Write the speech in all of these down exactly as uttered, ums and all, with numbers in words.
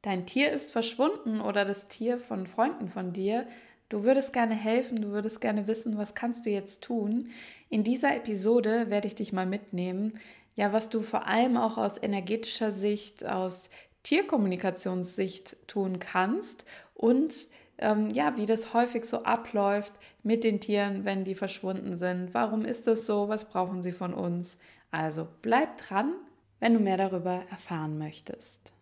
Dein Tier ist verschwunden oder das Tier von Freunden von dir. Du würdest gerne helfen, du würdest gerne wissen, was kannst du jetzt tun. In dieser Episode werde ich dich mal mitnehmen, ja, was du vor allem auch aus energetischer Sicht, aus Tierkommunikationssicht tun kannst und ähm, ja, wie das häufig so abläuft mit den Tieren, wenn die verschwunden sind. Warum ist das so? Was brauchen sie von uns? Also bleib dran, wenn du mehr darüber erfahren möchtest.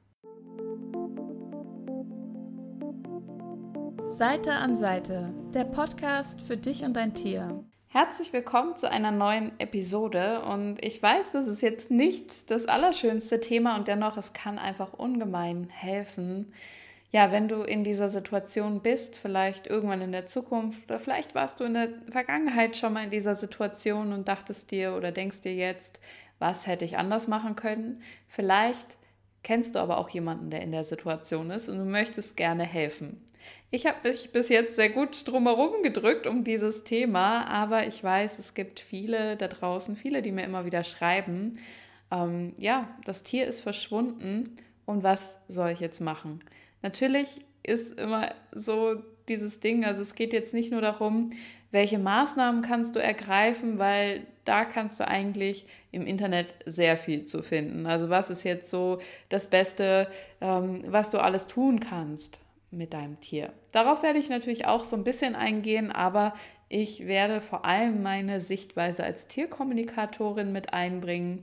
Seite an Seite, der Podcast für dich und dein Tier. Herzlich willkommen zu einer neuen Episode und ich weiß, das ist jetzt nicht das allerschönste Thema und dennoch, es kann einfach ungemein helfen. Ja, wenn du in dieser Situation bist, vielleicht irgendwann in der Zukunft oder vielleicht warst du in der Vergangenheit schon mal in dieser Situation und dachtest dir oder denkst dir jetzt, was hätte ich anders machen können? Vielleicht kennst du aber auch jemanden, der in der Situation ist und du möchtest gerne helfen. Ich habe mich bis jetzt sehr gut drumherum gedrückt um dieses Thema, aber ich weiß, es gibt viele da draußen, viele, die mir immer wieder schreiben, ähm, ja, das Tier ist verschwunden und was soll ich jetzt machen? Natürlich ist immer so dieses Ding, also es geht jetzt nicht nur darum, welche Maßnahmen kannst du ergreifen, weil da kannst du eigentlich im Internet sehr viel zu finden. Also was ist jetzt so das Beste, ähm, was du alles tun kannst mit deinem Tier. Darauf werde ich natürlich auch so ein bisschen eingehen, aber ich werde vor allem meine Sichtweise als Tierkommunikatorin mit einbringen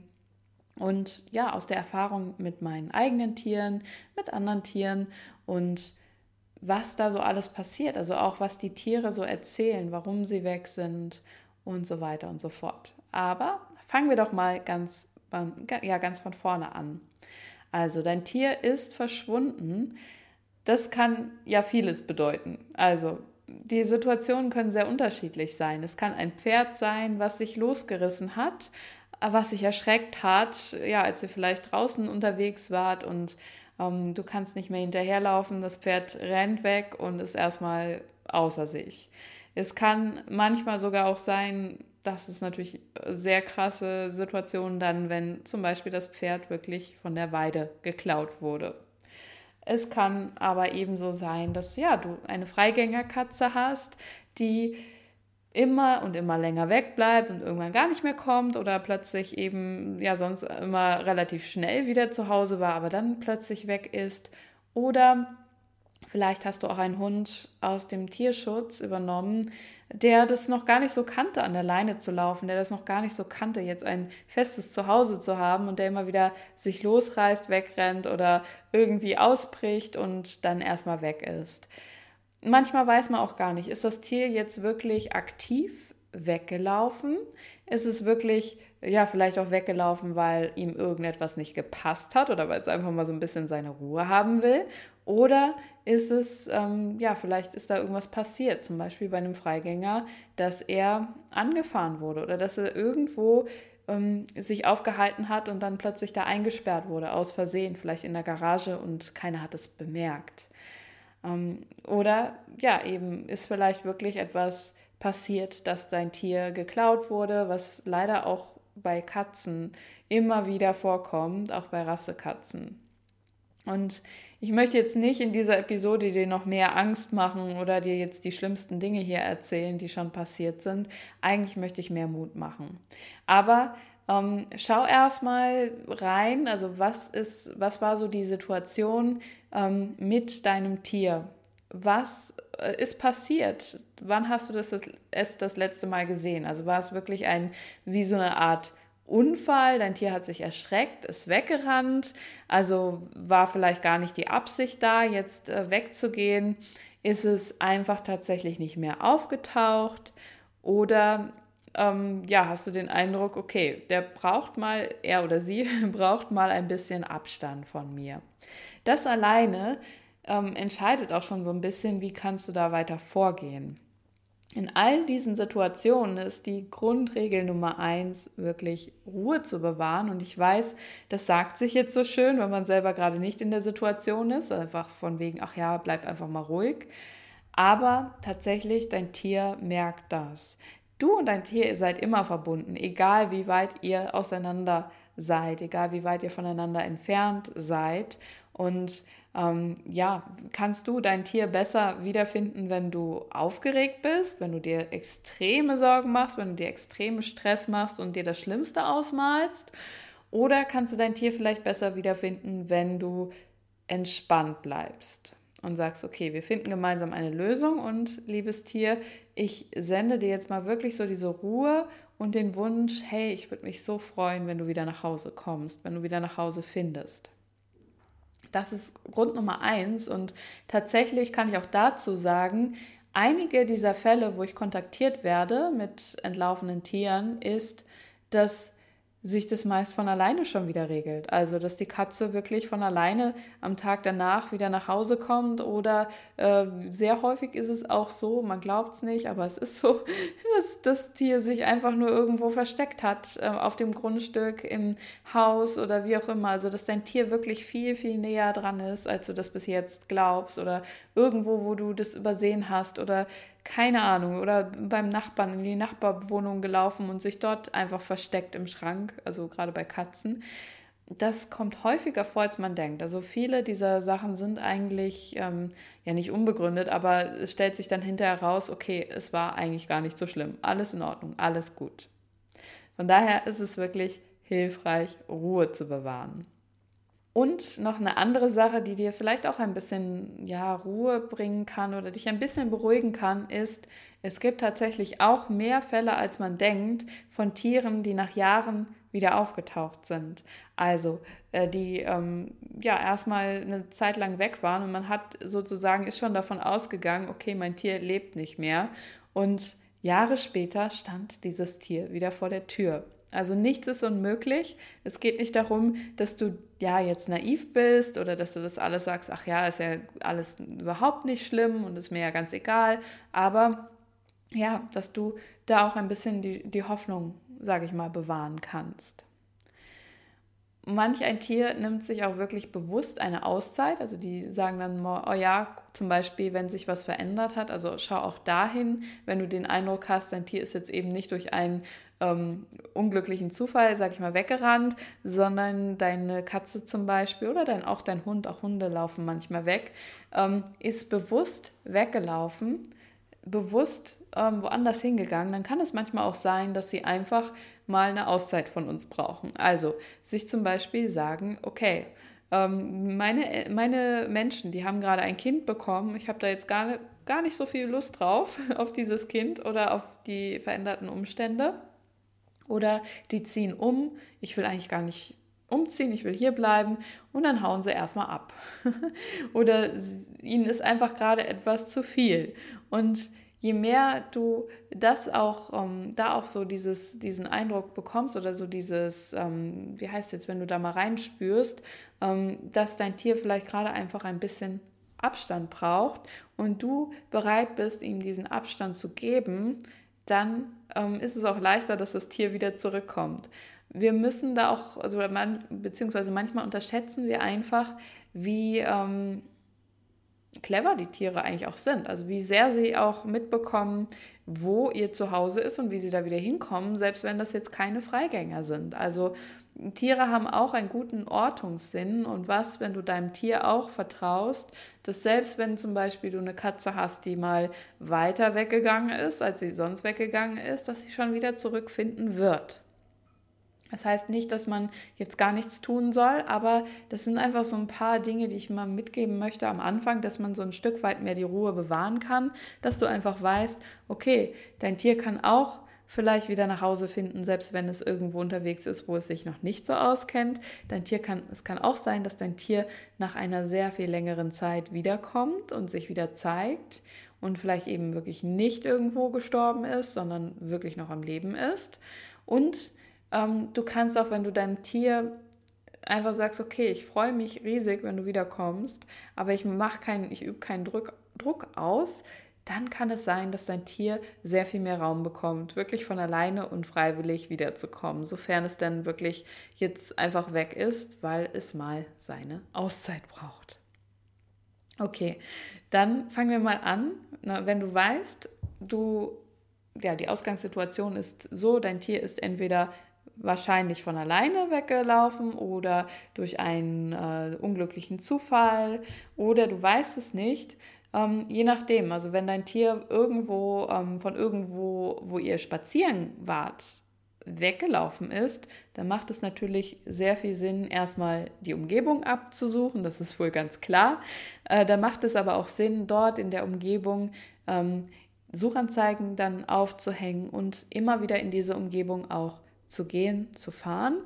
und ja, aus der Erfahrung mit meinen eigenen Tieren, mit anderen Tieren und was da so alles passiert, also auch was die Tiere so erzählen, warum sie weg sind und so weiter und so fort. Aber fangen wir doch mal ganz, ja, ganz von vorne an. Also dein Tier ist verschwunden. Das kann ja vieles bedeuten. Also die Situationen können sehr unterschiedlich sein. Es kann ein Pferd sein, was sich losgerissen hat, was sich erschreckt hat, ja, als ihr vielleicht draußen unterwegs wart und ähm, du kannst nicht mehr hinterherlaufen, das Pferd rennt weg und ist erstmal außer sich. Es kann manchmal sogar auch sein, das ist natürlich sehr krasse Situationen dann, wenn zum Beispiel das Pferd wirklich von der Weide geklaut wurde. Es kann aber ebenso sein, dass ja, du eine Freigängerkatze hast, die immer und immer länger wegbleibt und irgendwann gar nicht mehr kommt oder plötzlich eben ja sonst immer relativ schnell wieder zu Hause war, aber dann plötzlich weg ist. Oder vielleicht hast du auch einen Hund aus dem Tierschutz übernommen, der das noch gar nicht so kannte, an der Leine zu laufen, der das noch gar nicht so kannte, jetzt ein festes Zuhause zu haben und der immer wieder sich losreißt, wegrennt oder irgendwie ausbricht und dann erstmal weg ist. Manchmal weiß man auch gar nicht, ist das Tier jetzt wirklich aktiv weggelaufen? Ist es wirklich, ja, vielleicht auch weggelaufen, weil ihm irgendetwas nicht gepasst hat oder weil es einfach mal so ein bisschen seine Ruhe haben will? Oder ist es, ähm, ja, vielleicht ist da irgendwas passiert, zum Beispiel bei einem Freigänger, dass er angefahren wurde oder dass er irgendwo ähm, sich aufgehalten hat und dann plötzlich da eingesperrt wurde, aus Versehen, vielleicht in der Garage und keiner hat es bemerkt. Ähm, oder ja, eben ist vielleicht wirklich etwas passiert, dass dein Tier geklaut wurde, was leider auch bei Katzen immer wieder vorkommt, auch bei Rassekatzen. Und ich möchte jetzt nicht in dieser Episode dir noch mehr Angst machen oder dir jetzt die schlimmsten Dinge hier erzählen, die schon passiert sind. Eigentlich möchte ich mehr Mut machen. Aber ähm, schau erstmal rein, also was ist, was war so die Situation ähm, mit deinem Tier? Was äh, ist passiert? Wann hast du das, das, es das letzte Mal gesehen? Also war es wirklich ein, wie so eine Art Unfall, dein Tier hat sich erschreckt, ist weggerannt, also war vielleicht gar nicht die Absicht da, jetzt äh, wegzugehen, ist es einfach tatsächlich nicht mehr aufgetaucht oder ähm, ja, hast du den Eindruck, okay, der braucht mal, er oder sie braucht mal ein bisschen Abstand von mir. Das alleine ähm, entscheidet auch schon so ein bisschen, wie kannst du da weiter vorgehen. In all diesen Situationen ist die Grundregel Nummer eins, wirklich Ruhe zu bewahren. Und ich weiß, das sagt sich jetzt so schön, wenn man selber gerade nicht in der Situation ist, einfach von wegen, ach ja, bleib einfach mal ruhig. Aber tatsächlich, dein Tier merkt das. Du und dein Tier, ihr seid immer verbunden, egal wie weit ihr auseinander seid, egal wie weit ihr voneinander entfernt seid. Und Ähm, ja, kannst du dein Tier besser wiederfinden, wenn du aufgeregt bist, wenn du dir extreme Sorgen machst, wenn du dir extremen Stress machst und dir das Schlimmste ausmalst? Oder kannst du dein Tier vielleicht besser wiederfinden, wenn du entspannt bleibst und sagst, okay, wir finden gemeinsam eine Lösung und liebes Tier, ich sende dir jetzt mal wirklich so diese Ruhe und den Wunsch, hey, ich würde mich so freuen, wenn du wieder nach Hause kommst, wenn du wieder nach Hause findest. Das ist Grund Nummer eins und tatsächlich kann ich auch dazu sagen, einige dieser Fälle, wo ich kontaktiert werde mit entlaufenen Tieren, ist, dass sich das meist von alleine schon wieder regelt. Also, dass die Katze wirklich von alleine am Tag danach wieder nach Hause kommt oder äh, sehr häufig ist es auch so, man glaubt es nicht, aber es ist so, dass das Tier sich einfach nur irgendwo versteckt hat, äh, auf dem Grundstück, im Haus oder wie auch immer. Also, dass dein Tier wirklich viel, viel näher dran ist, als du das bis jetzt glaubst oder irgendwo, wo du das übersehen hast oder keine Ahnung, oder beim Nachbarn in die Nachbarwohnung gelaufen und sich dort einfach versteckt im Schrank, also gerade bei Katzen. Das kommt häufiger vor, als man denkt. Also viele dieser Sachen sind eigentlich ähm, ja nicht unbegründet, aber es stellt sich dann hinterher raus, okay, es war eigentlich gar nicht so schlimm. Alles in Ordnung, alles gut. Von daher ist es wirklich hilfreich, Ruhe zu bewahren. Und noch eine andere Sache, die dir vielleicht auch ein bisschen ja, Ruhe bringen kann oder dich ein bisschen beruhigen kann, ist, es gibt tatsächlich auch mehr Fälle, als man denkt, von Tieren, die nach Jahren wieder aufgetaucht sind. Also äh, die ähm, ja erstmal eine Zeit lang weg waren und man hat sozusagen, ist schon davon ausgegangen, okay, mein Tier lebt nicht mehr. Und Jahre später stand dieses Tier wieder vor der Tür. Also nichts ist unmöglich. Es geht nicht darum, dass du ja jetzt naiv bist oder dass du das alles sagst, ach ja, ist ja alles überhaupt nicht schlimm und ist mir ja ganz egal. Aber ja, dass du da auch ein bisschen die, die Hoffnung, sage ich mal, bewahren kannst. Manch ein Tier nimmt sich auch wirklich bewusst eine Auszeit, also die sagen dann mal, oh ja, zum Beispiel, wenn sich was verändert hat, also schau auch dahin, wenn du den Eindruck hast, dein Tier ist jetzt eben nicht durch einen ähm, unglücklichen Zufall, sag ich mal, weggerannt, sondern deine Katze zum Beispiel oder dein, auch dein Hund, auch Hunde laufen manchmal weg, ähm, ist bewusst weggelaufen, bewusst ähm, woanders hingegangen, dann kann es manchmal auch sein, dass sie einfach mal eine Auszeit von uns brauchen. Also sich zum Beispiel sagen, okay, ähm, meine, meine Menschen, die haben gerade ein Kind bekommen, ich habe da jetzt gar, ne, gar nicht so viel Lust drauf, auf dieses Kind oder auf die veränderten Umstände. Oder die ziehen um, ich will eigentlich gar nicht umziehen, ich will hier bleiben und dann hauen sie erstmal ab. Oder ihnen ist einfach gerade etwas zu viel. Und je mehr du das auch, ähm, da auch so dieses, diesen Eindruck bekommst oder so dieses, ähm, wie heißt jetzt, wenn du da mal reinspürst, ähm, dass dein Tier vielleicht gerade einfach ein bisschen Abstand braucht und du bereit bist, ihm diesen Abstand zu geben, dann ähm, ist es auch leichter, dass das Tier wieder zurückkommt. Wir müssen da auch, also man, beziehungsweise manchmal unterschätzen wir einfach, wie ähm, clever die Tiere eigentlich auch sind. Also wie sehr sie auch mitbekommen, wo ihr Zuhause ist und wie sie da wieder hinkommen, selbst wenn das jetzt keine Freigänger sind. Also Tiere haben auch einen guten Ortungssinn und was, wenn du deinem Tier auch vertraust, dass selbst wenn zum Beispiel du eine Katze hast, die mal weiter weggegangen ist, als sie sonst weggegangen ist, dass sie schon wieder zurückfinden wird. Das heißt nicht, dass man jetzt gar nichts tun soll, aber das sind einfach so ein paar Dinge, die ich mal mitgeben möchte am Anfang, dass man so ein Stück weit mehr die Ruhe bewahren kann, dass du einfach weißt, okay, dein Tier kann auch vielleicht wieder nach Hause finden, selbst wenn es irgendwo unterwegs ist, wo es sich noch nicht so auskennt. Dein Tier kann, es kann auch sein, dass dein Tier nach einer sehr viel längeren Zeit wiederkommt und sich wieder zeigt und vielleicht eben wirklich nicht irgendwo gestorben ist, sondern wirklich noch am Leben ist. Und ähm, du kannst auch, wenn du deinem Tier einfach sagst, okay, ich freue mich riesig, wenn du wiederkommst, aber ich mache keinen, ich übe keinen Druck, Druck aus, dann kann es sein, dass dein Tier sehr viel mehr Raum bekommt, wirklich von alleine und freiwillig wiederzukommen, sofern es dann wirklich jetzt einfach weg ist, weil es mal seine Auszeit braucht. Okay, dann fangen wir mal an. Na, wenn du weißt, du, ja, die Ausgangssituation ist so, dein Tier ist entweder wahrscheinlich von alleine weggelaufen oder durch einen äh, unglücklichen Zufall oder du weißt es nicht. Ähm, je nachdem, also wenn dein Tier irgendwo ähm, von irgendwo, wo ihr spazieren wart, weggelaufen ist, dann macht es natürlich sehr viel Sinn, erstmal die Umgebung abzusuchen, das ist wohl ganz klar. Äh, da macht es aber auch Sinn, dort in der Umgebung ähm, Suchanzeigen dann aufzuhängen und immer wieder in diese Umgebung auch zu gehen, zu fahren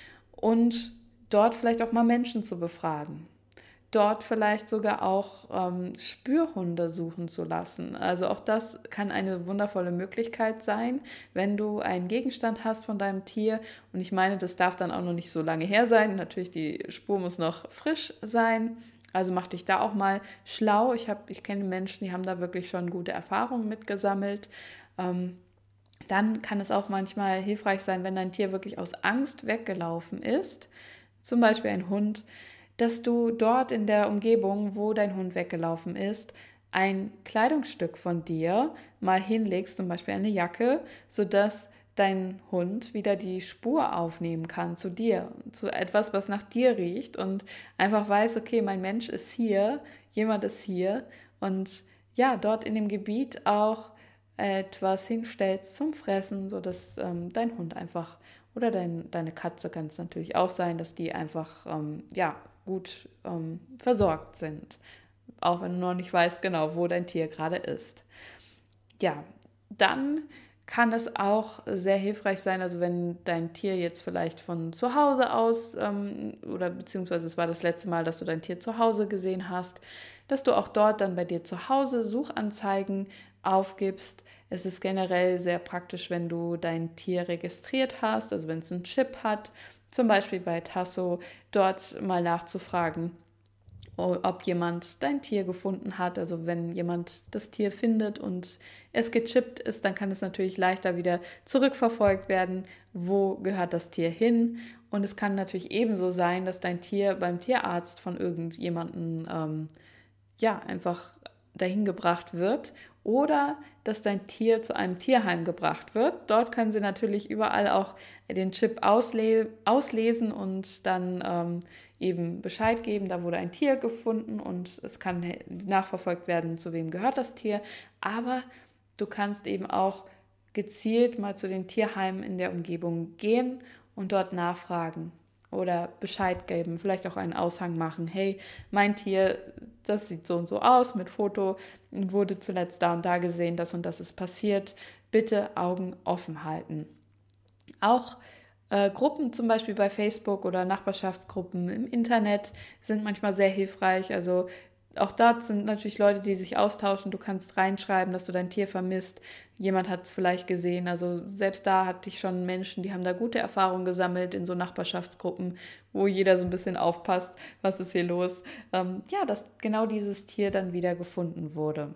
und dort vielleicht auch mal Menschen zu befragen. Dort vielleicht sogar auch ähm, Spürhunde suchen zu lassen. Also auch das kann eine wundervolle Möglichkeit sein, wenn du einen Gegenstand hast von deinem Tier. Und ich meine, das darf dann auch noch nicht so lange her sein. Natürlich, die Spur muss noch frisch sein. Also mach dich da auch mal schlau. Ich, hab, ich kenne Menschen, die haben da wirklich schon gute Erfahrungen mitgesammelt. Ähm, dann kann es auch manchmal hilfreich sein, wenn dein Tier wirklich aus Angst weggelaufen ist, zum Beispiel ein Hund, dass du dort in der Umgebung, wo dein Hund weggelaufen ist, ein Kleidungsstück von dir mal hinlegst, zum Beispiel eine Jacke, sodass dein Hund wieder die Spur aufnehmen kann zu dir, zu etwas, was nach dir riecht und einfach weiß, okay, mein Mensch ist hier, jemand ist hier und ja, dort in dem Gebiet auch etwas hinstellst zum Fressen, sodass ähm, dein Hund einfach oder dein, deine Katze kann es natürlich auch sein, dass die einfach ähm, ja, gut ähm, versorgt sind, auch wenn du noch nicht weißt genau, wo dein Tier gerade ist. Ja, dann kann es auch sehr hilfreich sein, also wenn dein Tier jetzt vielleicht von zu Hause aus ähm, oder beziehungsweise es war das letzte Mal, dass du dein Tier zu Hause gesehen hast, dass du auch dort dann bei dir zu Hause Suchanzeigen aufgibst. Es ist generell sehr praktisch, wenn du dein Tier registriert hast, also wenn es einen Chip hat, zum Beispiel bei Tasso, dort mal nachzufragen, ob jemand dein Tier gefunden hat. Also wenn jemand das Tier findet und es gechippt ist, dann kann es natürlich leichter wieder zurückverfolgt werden, wo gehört das Tier hin. Und es kann natürlich ebenso sein, dass dein Tier beim Tierarzt von irgendjemandem ähm, ja, einfach dahin gebracht wird oder dass dein Tier zu einem Tierheim gebracht wird. Dort können sie natürlich überall auch den Chip ausle- auslesen und dann ähm, eben Bescheid geben, da wurde ein Tier gefunden und es kann nachverfolgt werden, zu wem gehört das Tier. Aber du kannst eben auch gezielt mal zu den Tierheimen in der Umgebung gehen und dort nachfragen oder Bescheid geben, vielleicht auch einen Aushang machen. Hey, mein Tier, das sieht so und so aus mit Foto, wurde zuletzt da und da gesehen, das und das ist passiert. Bitte Augen offen halten. Auch äh, Gruppen zum Beispiel bei Facebook oder Nachbarschaftsgruppen im Internet sind manchmal sehr hilfreich. Also auch dort sind natürlich Leute, die sich austauschen. Du kannst reinschreiben, dass du dein Tier vermisst. Jemand hat es vielleicht gesehen. Also selbst da hatte ich schon Menschen, die haben da gute Erfahrungen gesammelt in so Nachbarschaftsgruppen, wo jeder so ein bisschen aufpasst, was ist hier los. Ähm, ja, dass genau dieses Tier dann wieder gefunden wurde.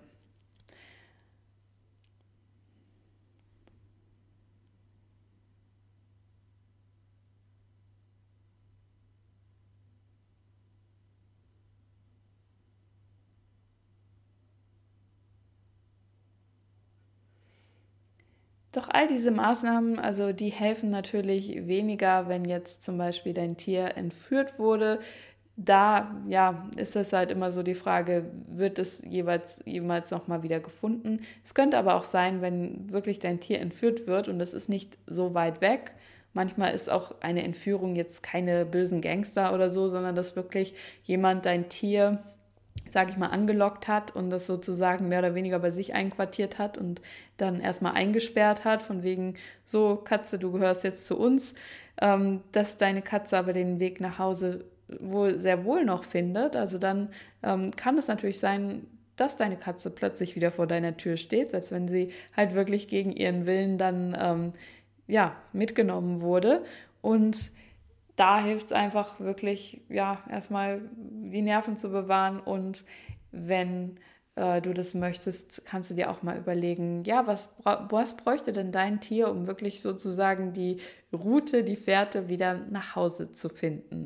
Doch all diese Maßnahmen, also die helfen natürlich weniger, wenn jetzt zum Beispiel dein Tier entführt wurde. Da, ja, ist das halt immer so die Frage, wird es jeweils jemals nochmal wieder gefunden? Es könnte aber auch sein, wenn wirklich dein Tier entführt wird und es ist nicht so weit weg. Manchmal ist auch eine Entführung jetzt keine bösen Gangster oder so, sondern dass wirklich jemand dein Tier, sage ich mal, angelockt hat und das sozusagen mehr oder weniger bei sich einquartiert hat und dann erstmal eingesperrt hat, von wegen, so Katze, du gehörst jetzt zu uns, ähm, dass deine Katze aber den Weg nach Hause wohl sehr wohl noch findet. Also dann ähm, kann es natürlich sein, dass deine Katze plötzlich wieder vor deiner Tür steht, selbst wenn sie halt wirklich gegen ihren Willen dann ähm, ja, mitgenommen wurde. Und da hilft es einfach wirklich, ja, erstmal die Nerven zu bewahren und wenn äh, du das möchtest, kannst du dir auch mal überlegen, ja, was, was bräuchte denn dein Tier, um wirklich sozusagen die Route, die Fährte wieder nach Hause zu finden?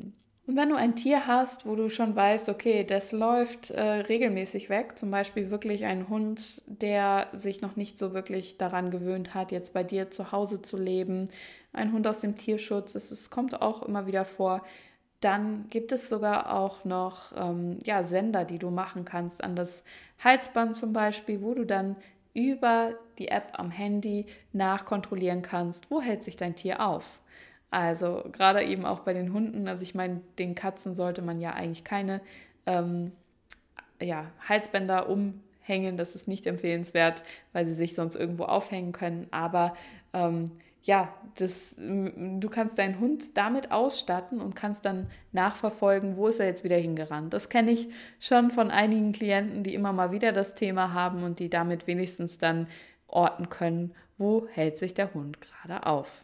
Und wenn du ein Tier hast, wo du schon weißt, okay, das läuft äh, regelmäßig weg, zum Beispiel wirklich ein Hund, der sich noch nicht so wirklich daran gewöhnt hat, jetzt bei dir zu Hause zu leben, ein Hund aus dem Tierschutz, es, es kommt auch immer wieder vor, dann gibt es sogar auch noch ähm, ja, Sender, die du machen kannst an das Halsband zum Beispiel, wo du dann über die App am Handy nachkontrollieren kannst, wo hält sich dein Tier auf. Also gerade eben auch bei den Hunden, also ich meine, den Katzen sollte man ja eigentlich keine ähm, ja, Halsbänder umhängen, das ist nicht empfehlenswert, weil sie sich sonst irgendwo aufhängen können, aber ähm, ja, das, du kannst deinen Hund damit ausstatten und kannst dann nachverfolgen, wo ist er jetzt wieder hingerannt. Das kenne ich schon von einigen Klienten, die immer mal wieder das Thema haben und die damit wenigstens dann orten können, wo hält sich der Hund gerade auf.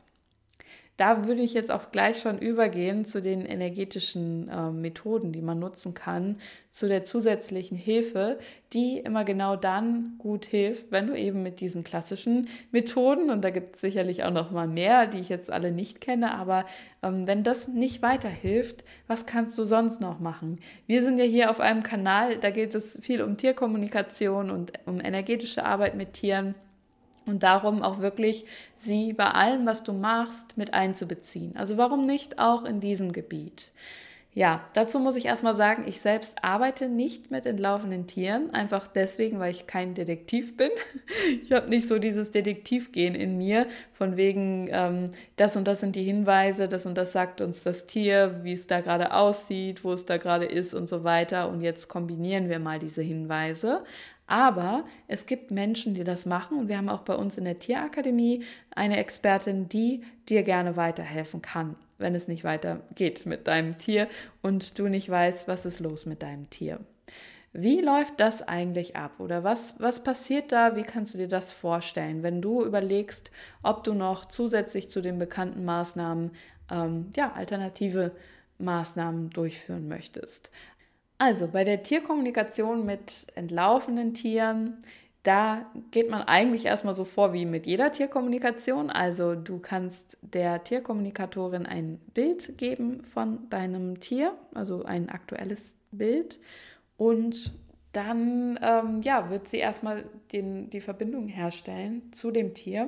Da würde ich jetzt auch gleich schon übergehen zu den energetischen äh, Methoden, die man nutzen kann, zu der zusätzlichen Hilfe, die immer genau dann gut hilft, wenn du eben mit diesen klassischen Methoden, und da gibt es sicherlich auch noch mal mehr, die ich jetzt alle nicht kenne, aber ähm, wenn das nicht weiterhilft, was kannst du sonst noch machen? Wir sind ja hier auf einem Kanal, da geht es viel um Tierkommunikation und um energetische Arbeit mit Tieren. Und darum auch wirklich, sie bei allem, was du machst, mit einzubeziehen. Also warum nicht auch in diesem Gebiet? Ja, dazu muss ich erstmal sagen, ich selbst arbeite nicht mit entlaufenen Tieren, einfach deswegen, weil ich kein Detektiv bin. Ich habe nicht so dieses Detektivgehen in mir, von wegen, ähm, das und das sind die Hinweise, das und das sagt uns das Tier, wie es da gerade aussieht, wo es da gerade ist und so weiter. Und jetzt kombinieren wir mal diese Hinweise. Aber es gibt Menschen, die das machen und wir haben auch bei uns in der Tierakademie eine Expertin, die dir gerne weiterhelfen kann, wenn es nicht weitergeht mit deinem Tier und du nicht weißt, was ist los mit deinem Tier. Wie läuft das eigentlich ab oder was, was passiert da? Wie kannst du dir das vorstellen, wenn du überlegst, ob du noch zusätzlich zu den bekannten Maßnahmen ähm, ja, alternative Maßnahmen durchführen möchtest? Also bei der Tierkommunikation mit entlaufenen Tieren, da geht man eigentlich erstmal so vor wie mit jeder Tierkommunikation. Also du kannst der Tierkommunikatorin ein Bild geben von deinem Tier, also ein aktuelles Bild. Und dann ähm, ja, wird sie erstmal den, die Verbindung herstellen zu dem Tier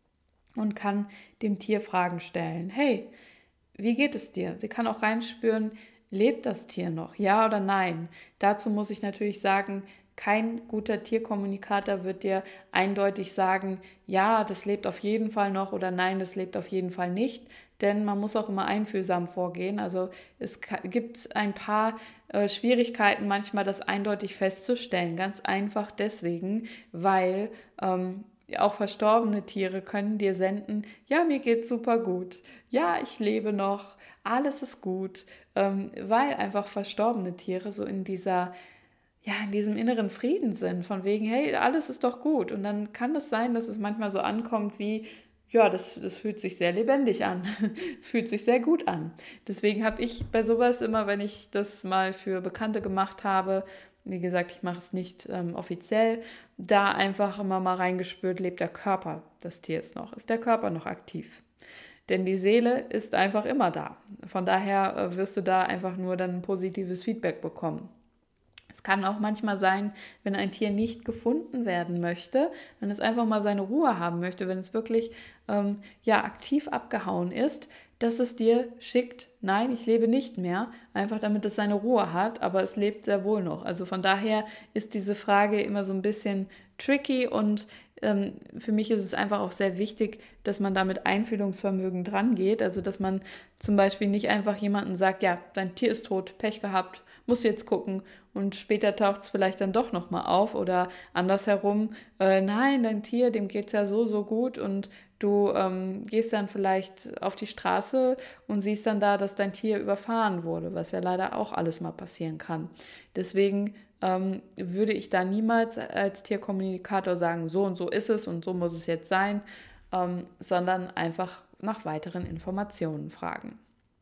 und kann dem Tier Fragen stellen. Hey, wie geht es dir? Sie kann auch reinspüren, lebt das Tier noch? Ja oder nein? Dazu muss ich natürlich sagen, kein guter Tierkommunikator wird dir eindeutig sagen, ja, das lebt auf jeden Fall noch oder nein, das lebt auf jeden Fall nicht, denn man muss auch immer einfühlsam vorgehen. Also es gibt ein paar äh, Schwierigkeiten, manchmal das eindeutig festzustellen, ganz einfach deswegen, weil ähm, auch verstorbene Tiere können dir senden, ja, mir geht's super gut, ja, ich lebe noch, alles ist gut, ähm, weil einfach verstorbene Tiere so in dieser, ja, in diesem inneren Frieden sind, von wegen, hey, alles ist doch gut. Und dann kann es sein, dass es manchmal so ankommt wie, ja, das, das fühlt sich sehr lebendig an, es fühlt sich sehr gut an. Deswegen habe ich bei sowas immer, wenn ich das mal für Bekannte gemacht habe, wie gesagt, ich mache es nicht ähm, offiziell, da einfach immer mal reingespürt, lebt der Körper des Tiers noch, ist der Körper noch aktiv? Denn die Seele ist einfach immer da. Von daher äh, wirst du da einfach nur dann ein positives Feedback bekommen. Es kann auch manchmal sein, wenn ein Tier nicht gefunden werden möchte, wenn es einfach mal seine Ruhe haben möchte, wenn es wirklich ähm, ja, aktiv abgehauen ist, dass es dir schickt, nein, ich lebe nicht mehr, einfach damit es seine Ruhe hat, aber es lebt sehr wohl noch. Also von daher ist diese Frage immer so ein bisschen tricky und ähm, für mich ist es einfach auch sehr wichtig, dass man da mit Einfühlungsvermögen dran geht, also dass man zum Beispiel nicht einfach jemandem sagt, ja, dein Tier ist tot, Pech gehabt, musst jetzt gucken und später taucht es vielleicht dann doch nochmal auf oder andersherum, äh, nein, dein Tier, dem geht es ja so, so gut und du ähm, gehst dann vielleicht auf die Straße und siehst dann da, dass dein Tier überfahren wurde, was ja leider auch alles mal passieren kann. Deswegen ähm, würde ich da niemals als Tierkommunikator sagen, so und so ist es und so muss es jetzt sein, ähm, sondern einfach nach weiteren Informationen fragen.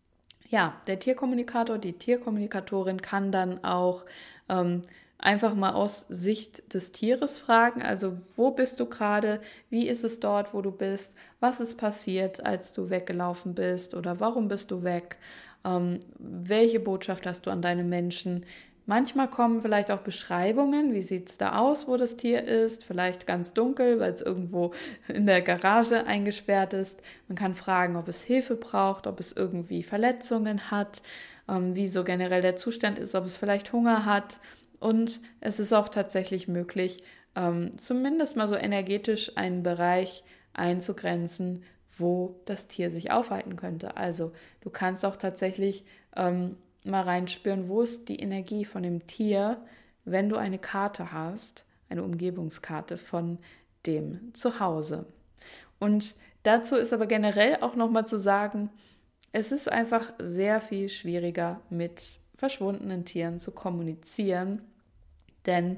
Ja, der Tierkommunikator, die Tierkommunikatorin kann dann auch ähm, einfach mal aus Sicht des Tieres fragen, also wo bist du gerade, wie ist es dort, wo du bist, was ist passiert, als du weggelaufen bist oder warum bist du weg, Ähm, welche Botschaft hast du an deine Menschen? Manchmal kommen vielleicht auch Beschreibungen, wie sieht es da aus, wo das Tier ist, vielleicht ganz dunkel, weil es irgendwo in der Garage eingesperrt ist. Man kann fragen, ob es Hilfe braucht, ob es irgendwie Verletzungen hat, ähm, wie so generell der Zustand ist, ob es vielleicht Hunger hat. Und es ist auch tatsächlich möglich, ähm, zumindest mal so energetisch einen Bereich einzugrenzen, wo das Tier sich aufhalten könnte. Also du kannst auch tatsächlich ähm, mal reinspüren, wo ist die Energie von dem Tier, wenn du eine Karte hast, eine Umgebungskarte von dem Zuhause. Und dazu ist aber generell auch nochmal zu sagen, es ist einfach sehr viel schwieriger, mit verschwundenen Tieren zu kommunizieren, denn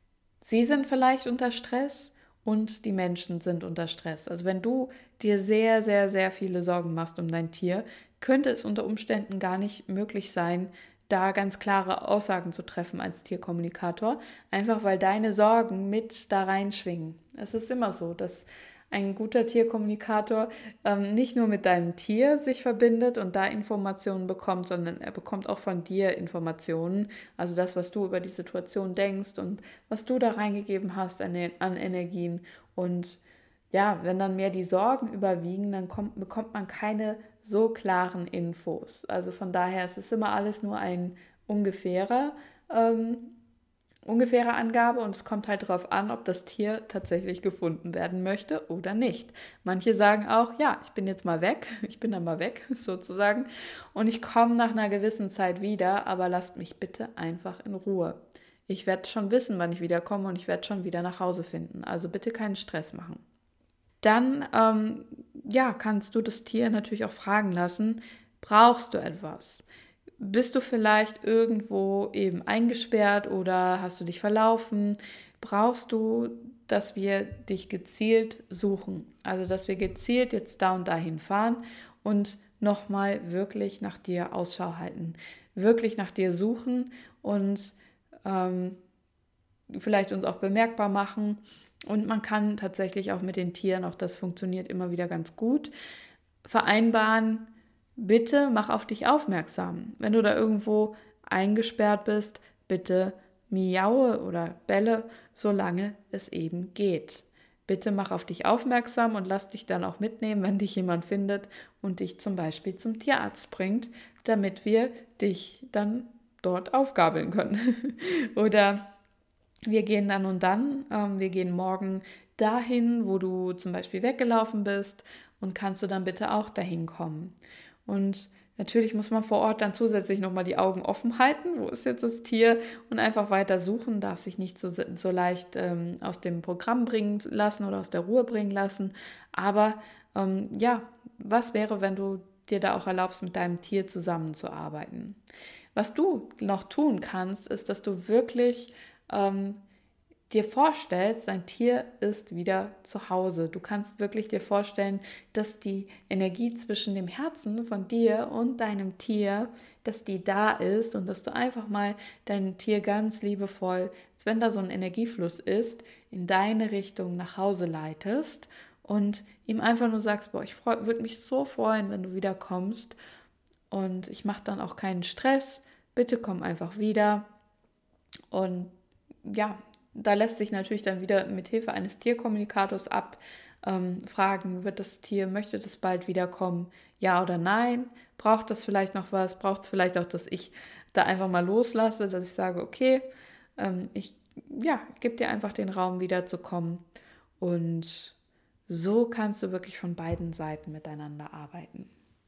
sie sind vielleicht unter Stress und die Menschen sind unter Stress. Also wenn du dir sehr, sehr, sehr viele Sorgen machst um dein Tier, könnte es unter Umständen gar nicht möglich sein, da ganz klare Aussagen zu treffen als Tierkommunikator, einfach weil deine Sorgen mit da reinschwingen. Es ist immer so, dass ein guter Tierkommunikator ähm, nicht nur mit deinem Tier sich verbindet und da Informationen bekommt, sondern er bekommt auch von dir Informationen, also das, was du über die Situation denkst und was du da reingegeben hast an, an Energien. Und ja, wenn dann mehr die Sorgen überwiegen, dann kommt, bekommt man keine so klaren Infos. Also von daher ist es immer alles nur ein ungefährer ähm, ungefähre Angabe und es kommt halt darauf an, ob das Tier tatsächlich gefunden werden möchte oder nicht. Manche sagen auch, ja, ich bin jetzt mal weg, ich bin dann mal weg sozusagen und ich komme nach einer gewissen Zeit wieder, aber lasst mich bitte einfach in Ruhe. Ich werde schon wissen, wann ich wiederkomme und ich werde schon wieder nach Hause finden. Also bitte keinen Stress machen. Dann ähm, ja, kannst du das Tier natürlich auch fragen lassen, brauchst du etwas? Bist du vielleicht irgendwo eben eingesperrt oder hast du dich verlaufen? Brauchst du, dass wir dich gezielt suchen? Also, dass wir gezielt jetzt da und dahin fahren und nochmal wirklich nach dir Ausschau halten. Wirklich nach dir suchen und ähm, vielleicht uns auch bemerkbar machen. Und man kann tatsächlich auch mit den Tieren, auch das funktioniert immer wieder ganz gut, vereinbaren, bitte mach auf dich aufmerksam. Wenn du da irgendwo eingesperrt bist, bitte miaue oder belle, solange es eben geht. Bitte mach auf dich aufmerksam und lass dich dann auch mitnehmen, wenn dich jemand findet und dich zum Beispiel zum Tierarzt bringt, damit wir dich dann dort aufgabeln können. Oder wir gehen dann und dann, ähm, wir gehen morgen dahin, wo du zum Beispiel weggelaufen bist und kannst du dann bitte auch dahin kommen. Und natürlich muss man vor Ort dann zusätzlich nochmal die Augen offen halten, wo ist jetzt das Tier und einfach weiter suchen, darf sich nicht so, so leicht ähm, aus dem Programm bringen lassen oder aus der Ruhe bringen lassen. Aber ähm, ja, was wäre, wenn du dir da auch erlaubst, mit deinem Tier zusammenzuarbeiten? Was du noch tun kannst, ist, dass du wirklich ähm, dir vorstellst, dein Tier ist wieder zu Hause. Du kannst wirklich dir vorstellen, dass die Energie zwischen dem Herzen von dir und deinem Tier, dass die da ist und dass du einfach mal dein Tier ganz liebevoll, als wenn da so ein Energiefluss ist, in deine Richtung nach Hause leitest und ihm einfach nur sagst, boah, ich würde mich so freuen, wenn du wieder kommst und ich mache dann auch keinen Stress, bitte komm einfach wieder. Und ja, da lässt sich natürlich dann wieder mit Hilfe eines Tierkommunikators abfragen, ähm, wird das Tier, möchte das bald wiederkommen, ja oder nein? Braucht das vielleicht noch was? Braucht es vielleicht auch, dass ich da einfach mal loslasse, dass ich sage, okay, ähm, ich ja, gebe dir einfach den Raum wiederzukommen. Und so kannst du wirklich von beiden Seiten miteinander arbeiten.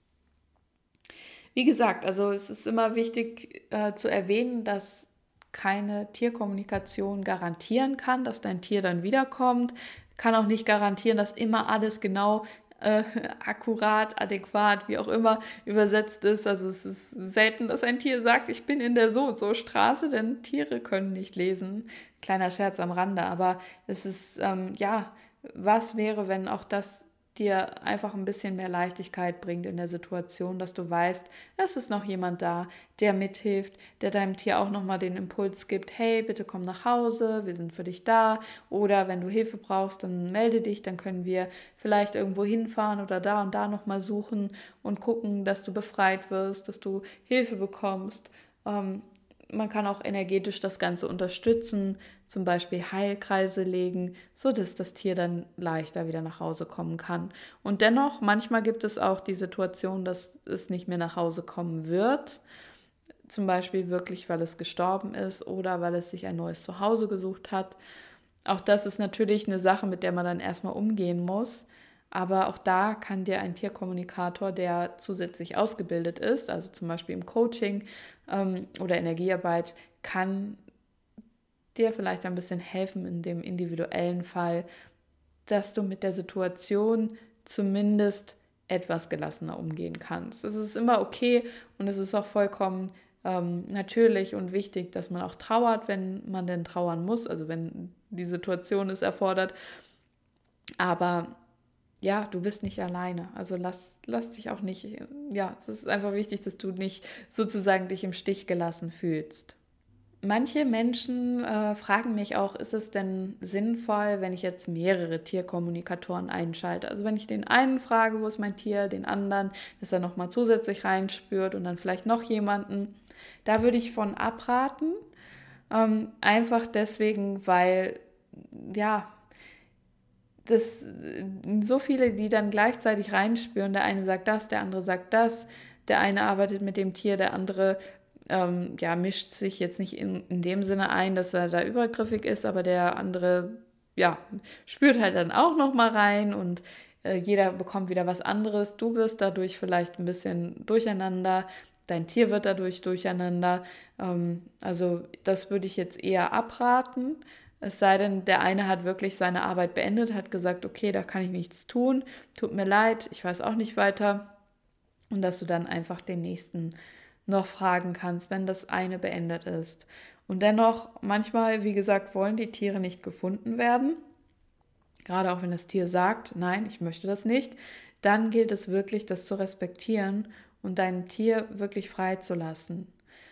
Wie gesagt, also es ist immer wichtig äh, zu erwähnen, dass keine Tierkommunikation garantieren kann, dass dein Tier dann wiederkommt, kann auch nicht garantieren, dass immer alles genau äh, akkurat, adäquat, wie auch immer übersetzt ist. Also es ist selten, dass ein Tier sagt, ich bin in der so und so Straße, denn Tiere können nicht lesen. Kleiner Scherz am Rande, aber es ist, ähm, ja, was wäre, wenn auch das dir einfach ein bisschen mehr Leichtigkeit bringt in der Situation, dass du weißt, es ist noch jemand da, der mithilft, der deinem Tier auch nochmal den Impuls gibt, hey, bitte komm nach Hause, wir sind für dich da. Oder wenn du Hilfe brauchst, dann melde dich, dann können wir vielleicht irgendwo hinfahren oder da und da nochmal suchen und gucken, dass du befreit wirst, dass du Hilfe bekommst. Ähm, Man kann auch energetisch das Ganze unterstützen, zum Beispiel Heilkreise legen, sodass das Tier dann leichter wieder nach Hause kommen kann. Und dennoch, manchmal gibt es auch die Situation, dass es nicht mehr nach Hause kommen wird, zum Beispiel wirklich, weil es gestorben ist oder weil es sich ein neues Zuhause gesucht hat. Auch das ist natürlich eine Sache, mit der man dann erstmal umgehen muss. Aber auch da kann dir ein Tierkommunikator, der zusätzlich ausgebildet ist, also zum Beispiel im Coaching ähm, oder Energiearbeit, kann dir vielleicht ein bisschen helfen in dem individuellen Fall, dass du mit der Situation zumindest etwas gelassener umgehen kannst. Es ist immer okay und es ist auch vollkommen ähm, natürlich und wichtig, dass man auch trauert, wenn man denn trauern muss, also wenn die Situation es erfordert. Aber ja, du bist nicht alleine. Also lass, lass dich auch nicht, ja, es ist einfach wichtig, dass du nicht sozusagen dich im Stich gelassen fühlst. Manche Menschen äh, fragen mich auch, ist es denn sinnvoll, wenn ich jetzt mehrere Tierkommunikatoren einschalte? Also wenn ich den einen frage, wo ist mein Tier, den anderen, dass er nochmal zusätzlich reinspürt und dann vielleicht noch jemanden. Da würde ich von abraten, ähm, einfach deswegen, weil, ja, das so viele, die dann gleichzeitig reinspüren, der eine sagt das, der andere sagt das, der eine arbeitet mit dem Tier, der andere ähm, ja, mischt sich jetzt nicht in, in dem Sinne ein, dass er da übergriffig ist, aber der andere ja, spürt halt dann auch noch mal rein und äh, jeder bekommt wieder was anderes. Du wirst dadurch vielleicht ein bisschen durcheinander, dein Tier wird dadurch durcheinander. Ähm, also das würde ich jetzt eher abraten. Es sei denn, der eine hat wirklich seine Arbeit beendet, hat gesagt, okay, da kann ich nichts tun, tut mir leid, ich weiß auch nicht weiter. Und dass du dann einfach den nächsten noch fragen kannst, wenn das eine beendet ist. Und dennoch, manchmal, wie gesagt, wollen die Tiere nicht gefunden werden. Gerade auch wenn das Tier sagt, nein, ich möchte das nicht. Dann gilt es wirklich, das zu respektieren und dein Tier wirklich freizulassen.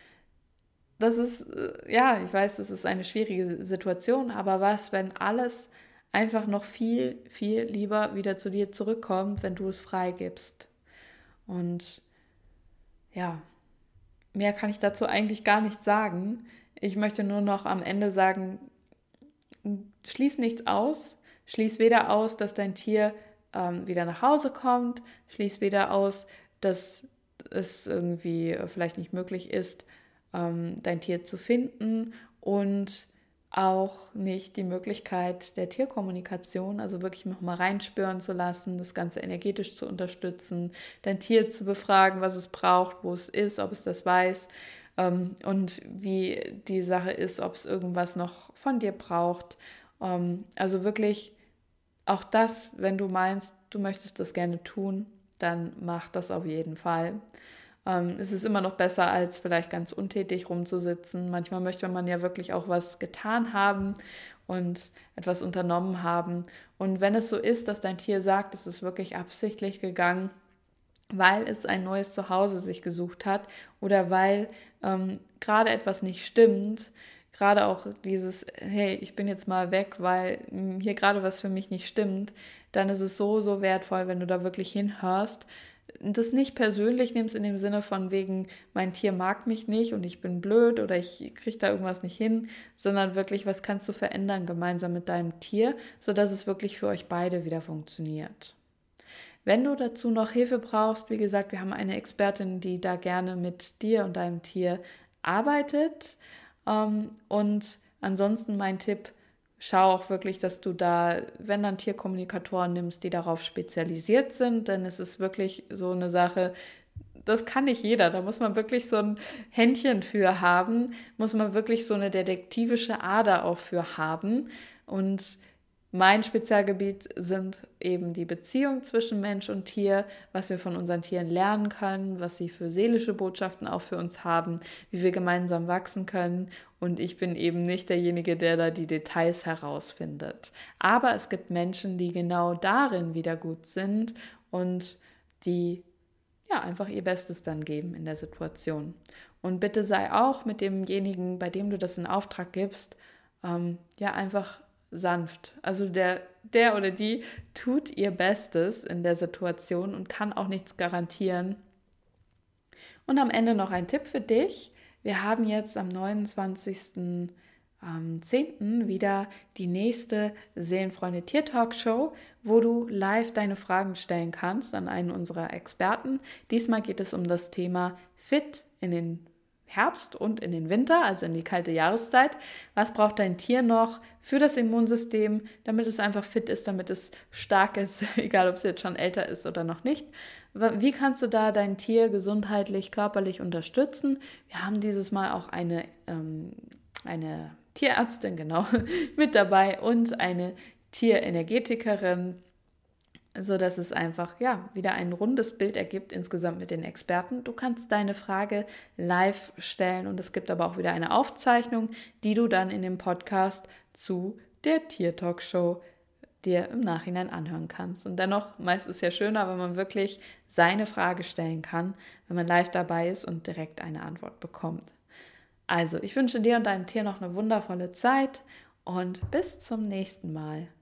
Das ist, ja, ich weiß, das ist eine schwierige Situation, aber was, wenn alles einfach noch viel, viel lieber wieder zu dir zurückkommt, wenn du es freigibst? Und ja, mehr kann ich dazu eigentlich gar nicht sagen. Ich möchte nur noch am Ende sagen, schließ nichts aus. Schließ weder aus, dass dein Tier ähm, wieder nach Hause kommt. Schließ weder aus, dass es irgendwie vielleicht nicht möglich ist, ähm, dein Tier zu finden. Und auch nicht die Möglichkeit der Tierkommunikation, also wirklich nochmal reinspüren zu lassen, das Ganze energetisch zu unterstützen, dein Tier zu befragen, was es braucht, wo es ist, ob es das weiß ähm, und wie die Sache ist, ob es irgendwas noch von dir braucht. Ähm, also wirklich auch das, wenn du meinst, du möchtest das gerne tun, dann mach das auf jeden Fall. Ähm, es ist immer noch besser, als vielleicht ganz untätig rumzusitzen. Manchmal möchte man ja wirklich auch was getan haben und etwas unternommen haben. Und wenn es so ist, dass dein Tier sagt, es ist wirklich absichtlich gegangen, weil es ein neues Zuhause sich gesucht hat oder weil ähm, gerade etwas nicht stimmt, gerade auch dieses, hey, ich bin jetzt mal weg, weil hier gerade was für mich nicht stimmt, dann ist es so, so wertvoll, wenn du da wirklich hinhörst, das nicht persönlich nimmst in dem Sinne von wegen, mein Tier mag mich nicht und ich bin blöd oder ich kriege da irgendwas nicht hin, sondern wirklich, was kannst du verändern gemeinsam mit deinem Tier, sodass es wirklich für euch beide wieder funktioniert. Wenn du dazu noch Hilfe brauchst, wie gesagt, wir haben eine Expertin, die da gerne mit dir und deinem Tier arbeitet. Und ansonsten mein Tipp, schau auch wirklich, dass du da, wenn dann Tierkommunikatoren nimmst, die darauf spezialisiert sind, denn es ist wirklich so eine Sache, das kann nicht jeder, da muss man wirklich so ein Händchen für haben, muss man wirklich so eine detektivische Ader auch für haben und Mein Spezialgebiet sind eben die Beziehungen zwischen Mensch und Tier, was wir von unseren Tieren lernen können, was sie für seelische Botschaften auch für uns haben, wie wir gemeinsam wachsen können. Und ich bin eben nicht derjenige, der da die Details herausfindet. Aber es gibt Menschen, die genau darin wieder gut sind und die ja einfach ihr Bestes dann geben in der Situation. Und bitte sei auch mit demjenigen, bei dem du das in Auftrag gibst, ähm, ja einfach sanft. Also der, der oder die tut ihr Bestes in der Situation und kann auch nichts garantieren. Und am Ende noch ein Tipp für dich. Wir haben jetzt am neunundzwanzigsten zehnten wieder die nächste Seelenfreunde Tier Talk Show, wo du live deine Fragen stellen kannst an einen unserer Experten. Diesmal geht es um das Thema Fit in den Herbst und in den Winter, also in die kalte Jahreszeit. Was braucht dein Tier noch für das Immunsystem, damit es einfach fit ist, damit es stark ist, egal ob es jetzt schon älter ist oder noch nicht. Wie kannst du da dein Tier gesundheitlich, körperlich unterstützen? Wir haben dieses Mal auch eine, ähm, eine Tierärztin, genau, mit dabei und eine Tierenergetikerin, so dass es einfach ja wieder ein rundes Bild ergibt insgesamt mit den Experten. Du kannst deine Frage live stellen und es gibt aber auch wieder eine Aufzeichnung, die du dann in dem Podcast zu der Tier Talk Show dir im Nachhinein anhören kannst. Und dennoch, meist ist es ja schöner, wenn man wirklich seine Frage stellen kann, wenn man live dabei ist und direkt eine Antwort bekommt. Also, ich wünsche dir und deinem Tier noch eine wundervolle Zeit und bis zum nächsten Mal.